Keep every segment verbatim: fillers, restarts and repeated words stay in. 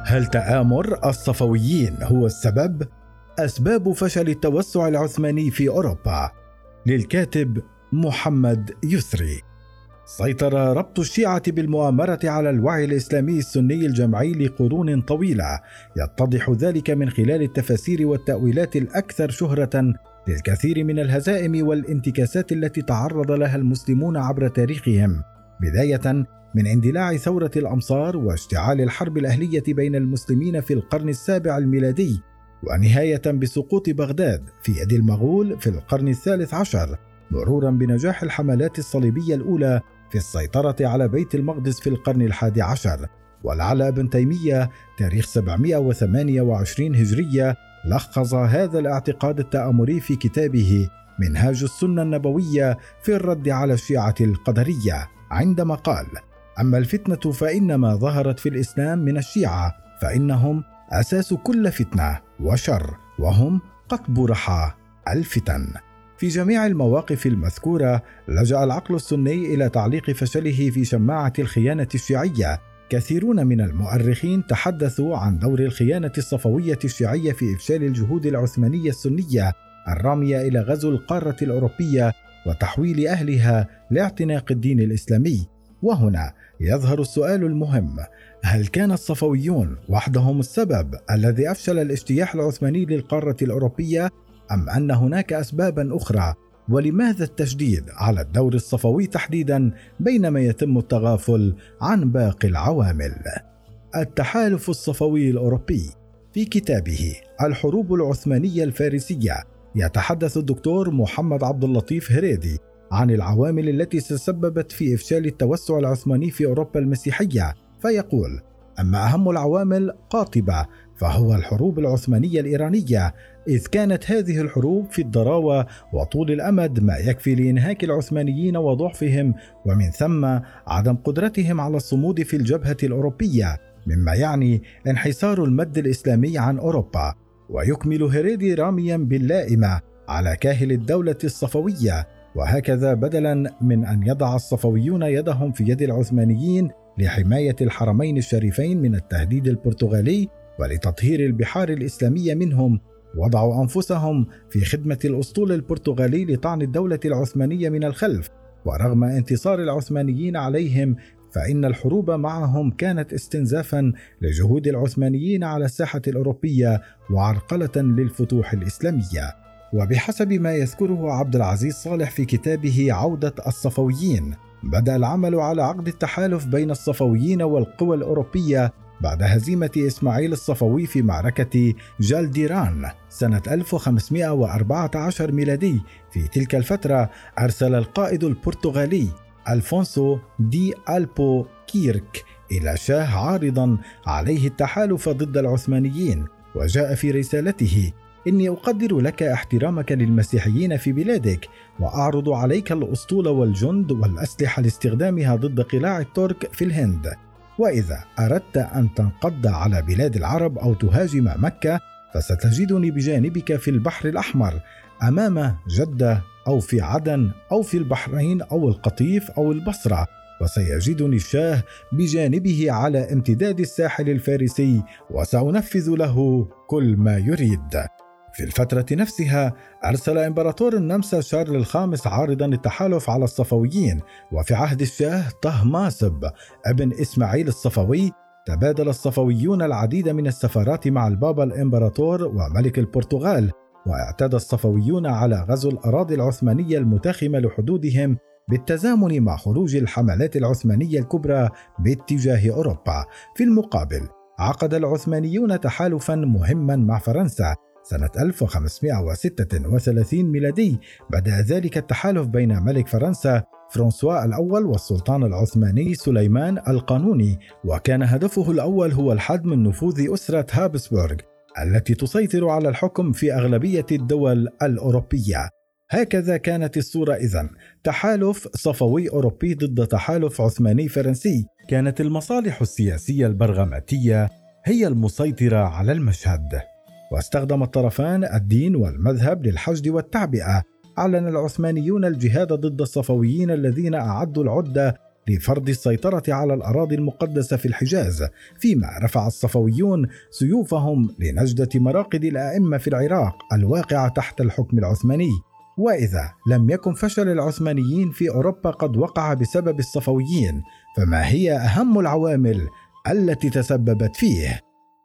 هل تآمر الصفويين هو السبب؟ أسباب فشل التوسع العثماني في أوروبا، للكاتب محمد يسري. سيطر ربط الشيعة بالمؤامرة على الوعي الإسلامي السني الجمعي لقرون طويلة، يتضح ذلك من خلال التفاسير والتأويلات الأكثر شهرة للكثير من الهزائم والانتكاسات التي تعرض لها المسلمون عبر تاريخهم، بداية من اندلاع ثورة الأمصار واشتعال الحرب الأهلية بين المسلمين في القرن السابع الميلادي، ونهاية بسقوط بغداد في يد المغول في القرن الثالث عشر، مرورا بنجاح الحملات الصليبية الأولى في السيطرة على بيت المقدس في القرن الحادي عشر. ولعل ابن تيمية تاريخ سبعمائة وثمانية وعشرين هجرية لخص هذا الاعتقاد التآمري في كتابه منهاج السنة النبوية في الرد على الشيعة القدرية، عندما قال: أما الفتنة فإنما ظهرت في الإسلام من الشيعة، فإنهم أساس كل فتنة وشر، وهم قطب رحى الفتن. في جميع المواقف المذكورة لجأ العقل السني إلى تعليق فشله في شماعة الخيانة الشيعية. كثيرون من المؤرخين تحدثوا عن دور الخيانة الصفوية الشيعية في إفشال الجهود العثمانية السنية الرامية إلى غزو القارة الأوروبية وتحويل أهلها لاعتناق الدين الإسلامي. وهنا يظهر السؤال المهم: هل كان الصفويون وحدهم السبب الذي أفشل الاجتياح العثماني للقارة الأوروبية، أم أن هناك أسبابا أخرى؟ ولماذا التشديد على الدور الصفوي تحديدا بينما يتم التغافل عن باقي العوامل؟ التحالف الصفوي الأوروبي. في كتابه الحروب العثمانية الفارسية يتحدث الدكتور محمد عبد اللطيف هريدي عن العوامل التي تسببت في إفشال التوسع العثماني في أوروبا المسيحية، فيقول: أما أهم العوامل قاطبة فهو الحروب العثمانية الإيرانية، إذ كانت هذه الحروب في الضراوة وطول الأمد ما يكفي لإنهاك العثمانيين وضعفهم، ومن ثم عدم قدرتهم على الصمود في الجبهة الأوروبية، مما يعني انحسار المد الإسلامي عن أوروبا. ويكمل هريدي راميا باللائمة على كاهل الدولة الصفوية: وهكذا بدلا من أن يضع الصفويون يدهم في يد العثمانيين لحماية الحرمين الشريفين من التهديد البرتغالي ولتطهير البحار الإسلامية منهم، وضعوا أنفسهم في خدمة الأسطول البرتغالي لطعن الدولة العثمانية من الخلف. ورغم انتصار العثمانيين عليهم، فإن الحروب معهم كانت استنزافا لجهود العثمانيين على الساحة الأوروبية وعرقلة للفتوح الإسلامية. وبحسب ما يذكره عبد العزيز صالح في كتابه عودة الصفويين، بدأ العمل على عقد التحالف بين الصفويين والقوى الأوروبية بعد هزيمة إسماعيل الصفوي في معركة جالديران سنة ألف وخمسمائة وأربعة عشر ميلادي. في تلك الفترة أرسل القائد البرتغالي ألفونسو دي ألبو كيرك إلى شاه عارضا عليه التحالف ضد العثمانيين، وجاء في رسالته: إني أقدر لك احترامك للمسيحيين في بلادك، وأعرض عليك الأسطول والجند والأسلحة لاستخدامها ضد قلاع الترك في الهند، وإذا أردت أن تنقض على بلاد العرب أو تهاجم مكة فستجدني بجانبك في البحر الأحمر أمام جدة أو في عدن أو في البحرين أو القطيف أو البصرة، وسيجدني الشاه بجانبه على امتداد الساحل الفارسي، وسأنفذ له كل ما يريد. في الفترة نفسها أرسل إمبراطور النمسا شارل الخامس عارضا التحالف على الصفويين، وفي عهد الشاه طهماسب ابن إسماعيل الصفوي تبادل الصفويون العديد من السفارات مع البابا الإمبراطور وملك البرتغال، واعتاد الصفويون على غزو الأراضي العثمانية المتاخمة لحدودهم بالتزامن مع خروج الحملات العثمانية الكبرى باتجاه أوروبا. في المقابل عقد العثمانيون تحالفا مهما مع فرنسا سنة ألف وخمسمائة وستة وثلاثين ميلادي. بدأ ذلك التحالف بين ملك فرنسا فرانسوا الأول والسلطان العثماني سليمان القانوني، وكان هدفه الأول هو الحد من نفوذ أسرة هابسبورغ التي تسيطر على الحكم في أغلبية الدول الأوروبية. هكذا كانت الصورة إذن: تحالف صفوي أوروبي ضد تحالف عثماني فرنسي. كانت المصالح السياسية البرغماتية هي المسيطرة على المشهد، واستخدم الطرفان الدين والمذهب للحشد والتعبئة. أعلن العثمانيون الجهاد ضد الصفويين الذين أعدوا العدة لفرض السيطرة على الأراضي المقدسة في الحجاز، فيما رفع الصفويون سيوفهم لنجدة مراقد الأئمة في العراق الواقعة تحت الحكم العثماني. وإذا لم يكن فشل العثمانيين في أوروبا قد وقع بسبب الصفويين، فما هي أهم العوامل التي تسببت فيه؟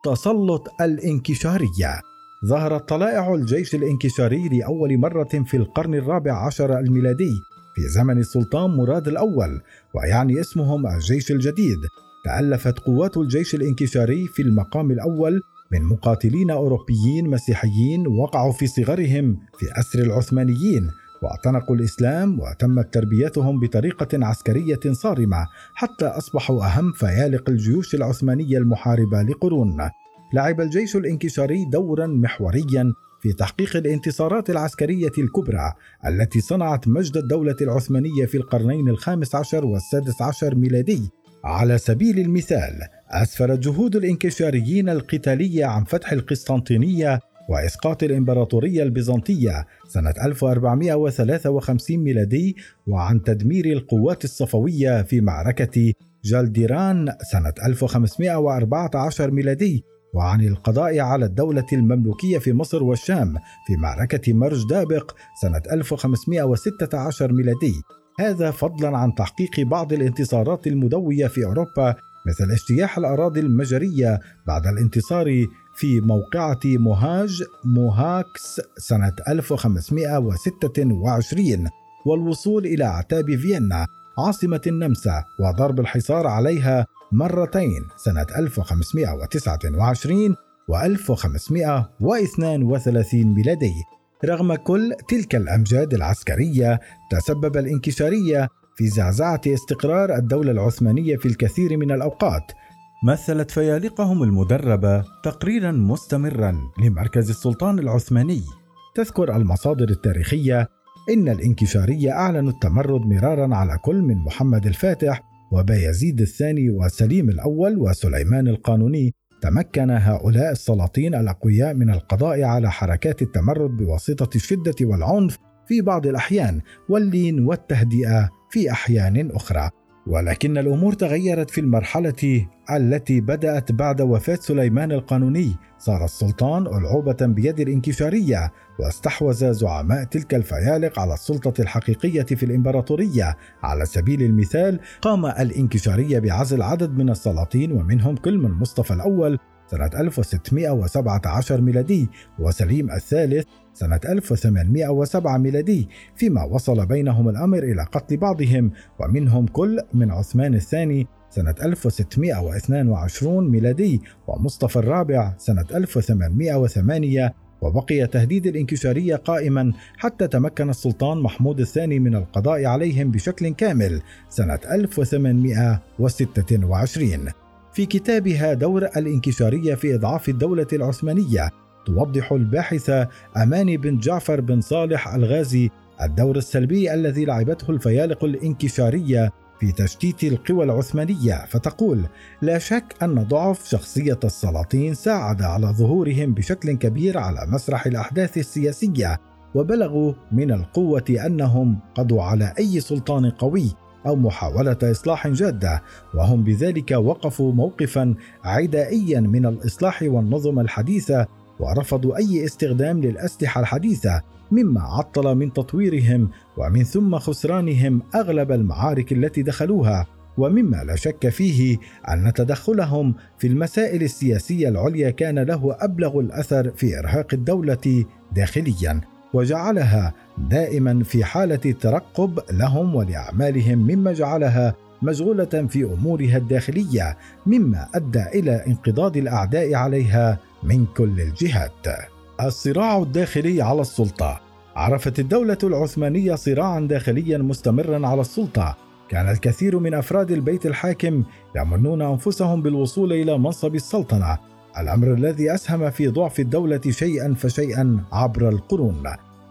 تسلط الإنكشارية. ظهرت طلائع الجيش الإنكشاري لأول مرة في القرن الرابع عشر الميلادي في زمن السلطان مراد الأول، ويعني اسمهم الجيش الجديد. تألفت قوات الجيش الإنكشاري في المقام الأول من مقاتلين أوروبيين مسيحيين وقعوا في صغرهم في أسر العثمانيين، واعتنقوا الإسلام وتمت تربيتهم بطريقة عسكرية صارمة حتى أصبحوا أهم فيالق الجيوش العثمانية المحاربة لقرون. لعب الجيش الإنكشاري دورا محوريا في تحقيق الانتصارات العسكرية الكبرى التي صنعت مجد الدولة العثمانية في القرنين الخامس عشر والسادس عشر ميلادي. على سبيل المثال، أسفرت جهود الإنكشاريين القتالية عن فتح القسطنطينية وإسقاط الإمبراطورية البيزنطية سنة ألف وأربعمائة وثلاثة وخمسين ميلادي، وعن تدمير القوات الصفوية في معركة جالديران سنة ألف وخمسمائة وأربعة عشر ميلادي، وعن القضاء على الدولة المملوكية في مصر والشام في معركة مرج دابق سنة ألف وخمسمائة وستة عشر ميلادي. هذا فضلا عن تحقيق بعض الانتصارات المدوية في أوروبا مثل اجتياح الأراضي المجرية بعد الانتصار في موقعة موهاج موهاكس سنة ألف وخمسمائة وستة وعشرين، والوصول إلى أعتاب فيينا عاصمة النمسا وضرب الحصار عليها مرتين سنة ألف وخمسمائة وتسعة وعشرين وألف وخمسمائة واثنين وثلاثين ميلادي. رغم كل تلك الأمجاد العسكرية، تسبب الإنكشارية في زعزعة استقرار الدولة العثمانية في الكثير من الأوقات. مثلت فيالقهم المدربة تقريرا مستمرا لمركز السلطان العثماني. تذكر المصادر التاريخية إن الإنكشارية أعلنوا التمرد مرارا على كل من محمد الفاتح وبايزيد الثاني وسليم الأول وسليمان القانوني. تمكن هؤلاء السلاطين الأقوياء من القضاء على حركات التمرد بواسطة الشدة والعنف في بعض الأحيان واللين والتهدئة في أحيان أخرى. ولكن الأمور تغيرت في المرحلة التي بدأت بعد وفاة سليمان القانوني. صار السلطان ألعوبة بيد الإنكشارية، واستحوذ زعماء تلك الفيالق على السلطة الحقيقية في الإمبراطورية. على سبيل المثال، قام الإنكشارية بعزل عدد من السلاطين، ومنهم كل من مصطفى الأول سنة ألف وستمائة وسبعة عشر ميلادي وسليم الثالث سنة ألف وثمانمائة وسبعة ميلادي، فيما وصل بينهم الأمر إلى قتل بعضهم، ومنهم كل من عثمان الثاني سنة ألف وستمائة واثنين وعشرين ميلادي ومصطفى الرابع سنة ألف وثمانمائة وثمانية. وبقي تهديد الإنكشارية قائما حتى تمكن السلطان محمود الثاني من القضاء عليهم بشكل كامل سنة ألف وثمانمائة وستة وعشرين. في كتابها دور الإنكشارية في إضعاف الدولة العثمانية، توضح الباحثة أماني بن جعفر بن صالح الغازي الدور السلبي الذي لعبته الفيالق الإنكشارية في تشتيت القوى العثمانية، فتقول: لا شك أن ضعف شخصية السلاطين ساعد على ظهورهم بشكل كبير على مسرح الأحداث السياسية، وبلغوا من القوة أنهم قضوا على أي سلطان قوي أو محاولة إصلاح جادة، وهم بذلك وقفوا موقفا عدائيا من الإصلاح والنظم الحديثة، ورفضوا أي استخدام للأسلحة الحديثة، مما عطل من تطويرهم ومن ثم خسرانهم أغلب المعارك التي دخلوها. ومما لا شك فيه أن تدخلهم في المسائل السياسية العليا كان له أبلغ الأثر في إرهاق الدولة داخليا، وجعلها دائما في حالة ترقب لهم ولأعمالهم، مما جعلها مشغولة في أمورها الداخلية، مما أدى إلى انقضاض الأعداء عليها من كل الجهات. الصراع الداخلي على السلطة. عرفت الدولة العثمانية صراعا داخليا مستمرا على السلطة. كان الكثير من أفراد البيت الحاكم يمنون أنفسهم بالوصول إلى منصب السلطنة، الأمر الذي أسهم في ضعف الدولة شيئا فشيئا عبر القرون.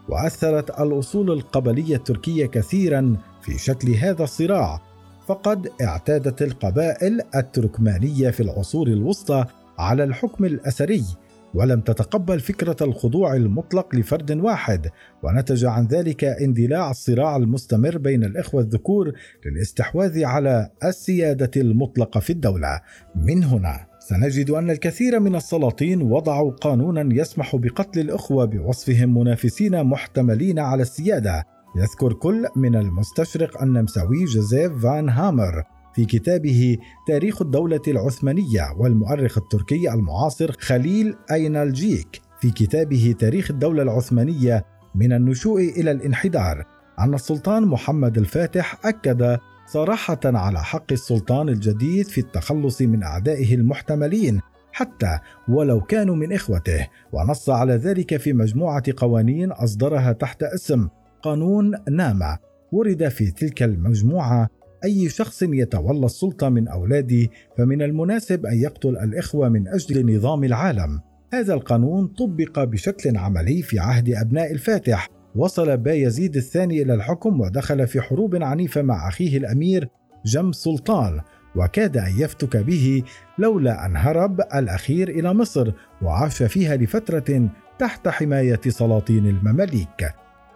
وأثرت الأصول القبلية التركية كثيرا في شكل هذا الصراع، فقد اعتادت القبائل التركمانية في العصور الوسطى على الحكم الأسري، ولم تتقبل فكرة الخضوع المطلق لفرد واحد، ونتج عن ذلك اندلاع الصراع المستمر بين الإخوة الذكور للاستحواذ على السيادة المطلقة في الدولة. من هنا سنجد أن الكثير من السلاطين وضعوا قانونا يسمح بقتل الإخوة بوصفهم منافسين محتملين على السيادة. يذكر كل من المستشرق النمساوي جوزيف فان هامر في كتابه تاريخ الدولة العثمانية، والمؤرخ التركي المعاصر خليل أينالجيك في كتابه تاريخ الدولة العثمانية من النشوء إلى الانحدار، أن السلطان محمد الفاتح أكد صراحة على حق السلطان الجديد في التخلص من أعدائه المحتملين حتى ولو كانوا من إخوته، ونص على ذلك في مجموعة قوانين أصدرها تحت اسم قانون ناما. ورد في تلك المجموعة: أي شخص يتولى السلطة من أولادي فمن المناسب أن يقتل الإخوة من أجل نظام العالم. هذا القانون طبق بشكل عملي في عهد أبناء الفاتح. وصل بايزيد الثاني إلى الحكم ودخل في حروب عنيفة مع أخيه الأمير جم سلطان، وكاد أن يفتك به لولا أن هرب الأخير إلى مصر وعاش فيها لفترة تحت حماية سلاطين المماليك.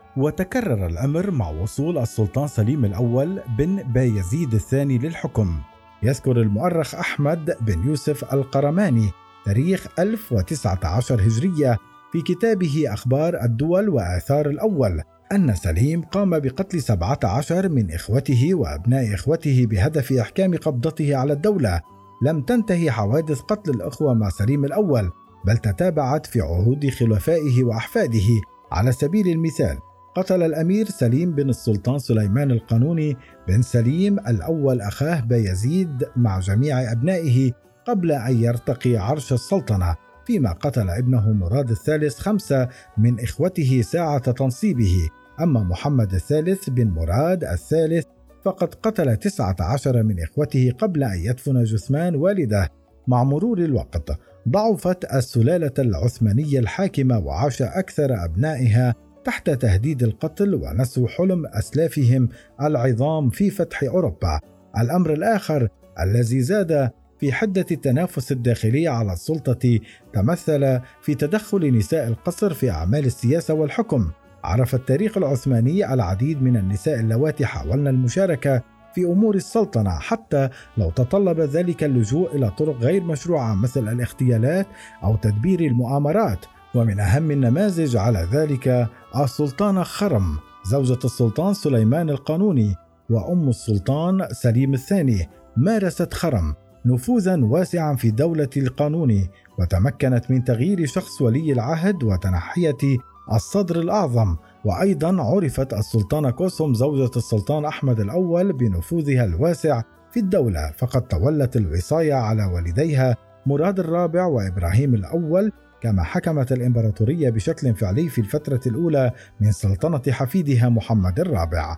وتكرر الأمر مع وصول السلطان سليم الأول بن بايزيد الثاني للحكم. يذكر المؤرخ أحمد بن يوسف القرماني تاريخ ألف وتسعة عشر هجرية في كتابه أخبار الدول وآثار الأول أن سليم قام بقتل سبعة عشر من إخوته وأبناء إخوته بهدف إحكام قبضته على الدولة. لم تنتهي حوادث قتل الأخوة مع سليم الأول، بل تتابعت في عهود خلفائه وأحفاده. على سبيل المثال، قتل الأمير سليم بن السلطان سليمان القانوني بن سليم الأول أخاه بايزيد مع جميع أبنائه قبل أن يرتقي عرش السلطنة، فيما قتل ابنه مراد الثالث خمسة من إخوته ساعة تنصيبه. أما محمد الثالث بن مراد الثالث فقد قتل تسعة عشر من إخوته قبل أن يدفن جثمان والده. مع مرور الوقت ضعفت السلالة العثمانية الحاكمة، وعاش أكثر أبنائها تحت تهديد القتل ونسوا حلم أسلافهم العظام في فتح أوروبا. الأمر الآخر الذي زاد في حدة التنافس الداخلي على السلطة تمثل في تدخل نساء القصر في أعمال السياسة والحكم. عرف التاريخ العثماني العديد من النساء اللواتي حاولن المشاركة في أمور السلطنة، حتى لو تطلب ذلك اللجوء إلى طرق غير مشروعة مثل الاغتيالات أو تدبير المؤامرات. ومن أهم النماذج على ذلك السلطانة خرم زوجة السلطان سليمان القانوني وأم السلطان سليم الثاني. مارست خرم نفوذا واسعا في دولة القانون، وتمكنت من تغيير شخص ولي العهد وتنحية الصدر الأعظم. وأيضا عرفت السلطانة كوسوم زوجة السلطان أحمد الأول بنفوذها الواسع في الدولة، فقد تولت الوصاية على والديها مراد الرابع وإبراهيم الأول، كما حكمت الإمبراطورية بشكل فعلي في الفترة الأولى من سلطنة حفيدها محمد الرابع.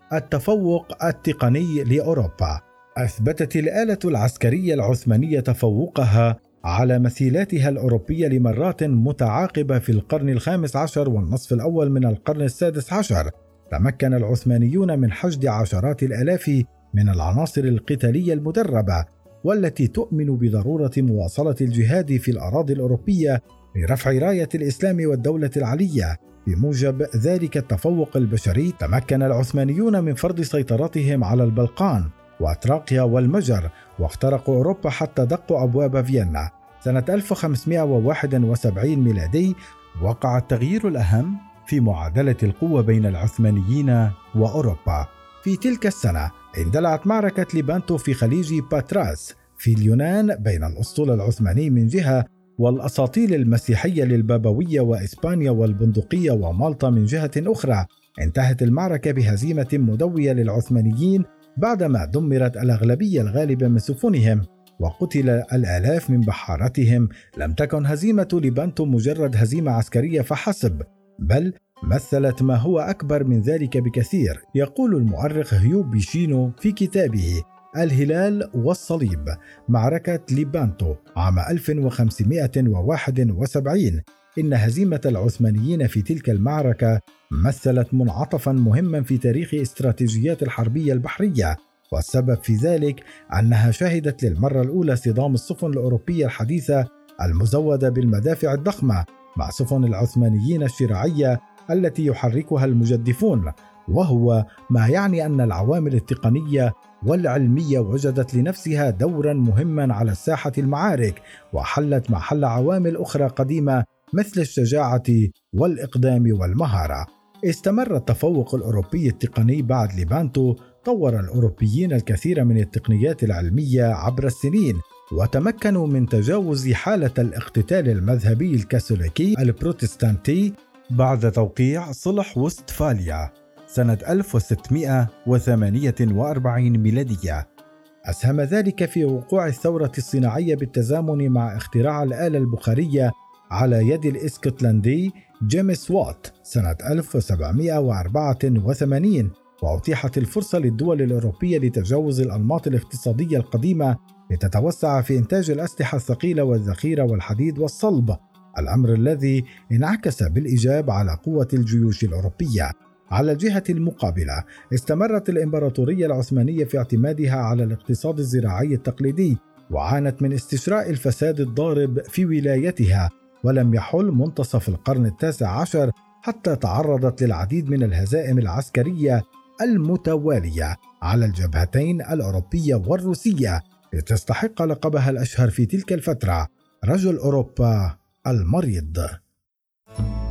التفوق التقني لأوروبا. أثبتت الآلة العسكرية العثمانية تفوقها على مثيلاتها الأوروبية لمرات متعاقبة في القرن الخامس عشر والنصف الأول من القرن السادس عشر. تمكن العثمانيون من حشد عشرات الآلاف من العناصر القتالية المدربة والتي تؤمن بضرورة مواصلة الجهاد في الأراضي الأوروبية لرفع راية الإسلام والدولة العلية. بموجب ذلك التفوق البشري تمكن العثمانيون من فرض سيطرتهم على البلقان وأتراقيا والمجر، واخترقوا أوروبا حتى دقوا أبواب فيينا. سنة ألف وخمسمائة وواحد وسبعين ميلادي وقع التغيير الأهم في معادلة القوة بين العثمانيين وأوروبا. في تلك السنة اندلعت معركة ليبانتو في خليج باتراس في اليونان بين الأسطول العثماني من جهة والأساطيل المسيحية للبابوية وإسبانيا والبندقية ومالطا من جهة أخرى. انتهت المعركة بهزيمة مدوية للعثمانيين بعدما دمرت الأغلبية الغالبة من سفنهم وقتل الآلاف من بحارتهم. لم تكن هزيمة ليبانتو مجرد هزيمة عسكرية فحسب، بل مثلت ما هو أكبر من ذلك بكثير. يقول المؤرخ هيو بيشينو في كتابه الهلال والصليب: معركة ليبانتو عام ألف وخمسمائة وواحد وسبعين، إن هزيمة العثمانيين في تلك المعركة مثلت منعطفا مهما في تاريخ استراتيجيات الحربية البحرية، والسبب في ذلك أنها شهدت للمرة الأولى صدام السفن الأوروبية الحديثة المزودة بالمدافع الضخمة مع سفن العثمانيين الشراعية التي يحركها المجدفون، وهو ما يعني أن العوامل التقنية والعلمية وجدت لنفسها دورا مهما على ساحة المعارك، وحلت محل عوامل أخرى قديمة مثل الشجاعة والإقدام والمهارة. استمر التفوق الأوروبي التقني بعد ليبانتو. طور الأوروبيين الكثير من التقنيات العلمية عبر السنين، وتمكنوا من تجاوز حالة الاقتتال المذهبي الكاثوليكي البروتستانتي بعد توقيع صلح وستفاليا سنة ألف وستمائة وثمانية وأربعين ميلادية. أسهم ذلك في وقوع الثورة الصناعية بالتزامن مع اختراع الآلة البخارية على يد الإسكتلندي جيمس وات سنة ألف وسبعمائة وأربعة وثمانين، وأتيحت الفرصة للدول الأوروبية لتجاوز الأنماط الاقتصادية القديمة لتتوسع في إنتاج الأسلحة الثقيلة والذخيرة والحديد والصلب، الأمر الذي انعكس بالإيجاب على قوة الجيوش الأوروبية. على الجهة المقابلة، استمرت الإمبراطورية العثمانية في اعتمادها على الاقتصاد الزراعي التقليدي، وعانت من استشراء الفساد الضارب في ولايتها، ولم يحل منتصف القرن التاسع عشر حتى تعرضت للعديد من الهزائم العسكرية المتوالية على الجبهتين الأوروبية والروسية، لتستحق لقبها الأشهر في تلك الفترة رجل أوروبا المريض.